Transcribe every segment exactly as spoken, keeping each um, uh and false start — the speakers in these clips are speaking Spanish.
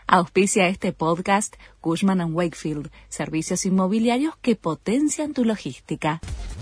Auspicia este podcast Cushman and Wakefield, servicios inmobiliarios que potencian tu logística.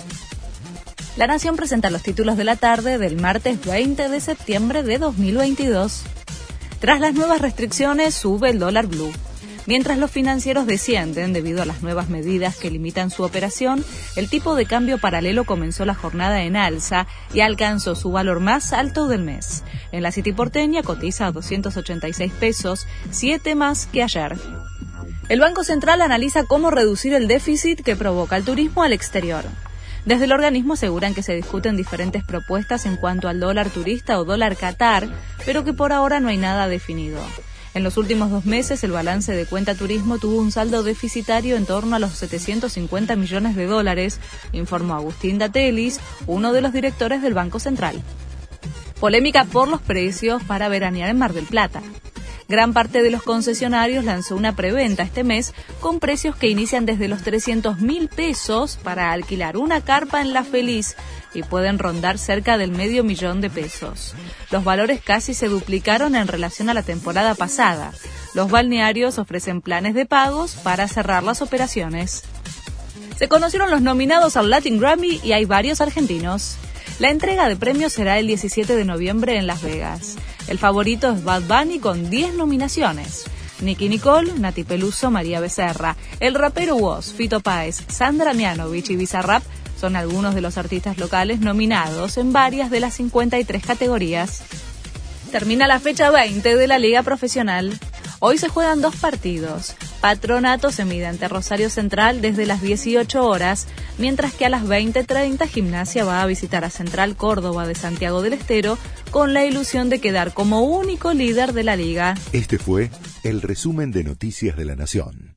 La Nación presenta los títulos de la tarde del martes veinte de septiembre de dos mil veintidós. Tras las nuevas restricciones, sube el dólar blue. Mientras los financieros descienden debido a las nuevas medidas que limitan su operación, el tipo de cambio paralelo comenzó la jornada en alza y alcanzó su valor más alto del mes. En la City porteña cotiza a doscientos ochenta y seis pesos, siete más que ayer. El Banco Central analiza cómo reducir el déficit que provoca el turismo al exterior. Desde el organismo aseguran que se discuten diferentes propuestas en cuanto al dólar turista o dólar Qatar, pero que por ahora no hay nada definido. En los últimos dos meses, el balance de cuenta turismo tuvo un saldo deficitario en torno a los setecientos cincuenta millones de dólares, informó Agustín Datelis, uno de los directores del Banco Central. Polémica por los precios para veranear en Mar del Plata. Gran parte de los concesionarios lanzó una preventa este mes con precios que inician desde los trescientos mil pesos para alquilar una carpa en La Feliz y pueden rondar cerca del medio millón de pesos. Los valores casi se duplicaron en relación a la temporada pasada. Los balnearios ofrecen planes de pagos para cerrar las operaciones. Se conocieron los nominados al Latin Grammy y hay varios argentinos. La entrega de premios será el diecisiete de noviembre en Las Vegas. El favorito es Bad Bunny con diez nominaciones. Nicki Nicole, Nati Peluso, María Becerra, el rapero Woz, Fito Páez, Sandra Mianovich y Bizarrap son algunos de los artistas locales nominados en varias de las cincuenta y tres categorías. Termina la fecha veinte de la Liga Profesional. Hoy se juegan dos partidos. Patronato se mide ante Rosario Central desde las dieciocho horas, mientras que a las veinte treinta Gimnasia va a visitar a Central Córdoba de Santiago del Estero con la ilusión de quedar como único líder de la liga. Este fue el resumen de Noticias de la Nación.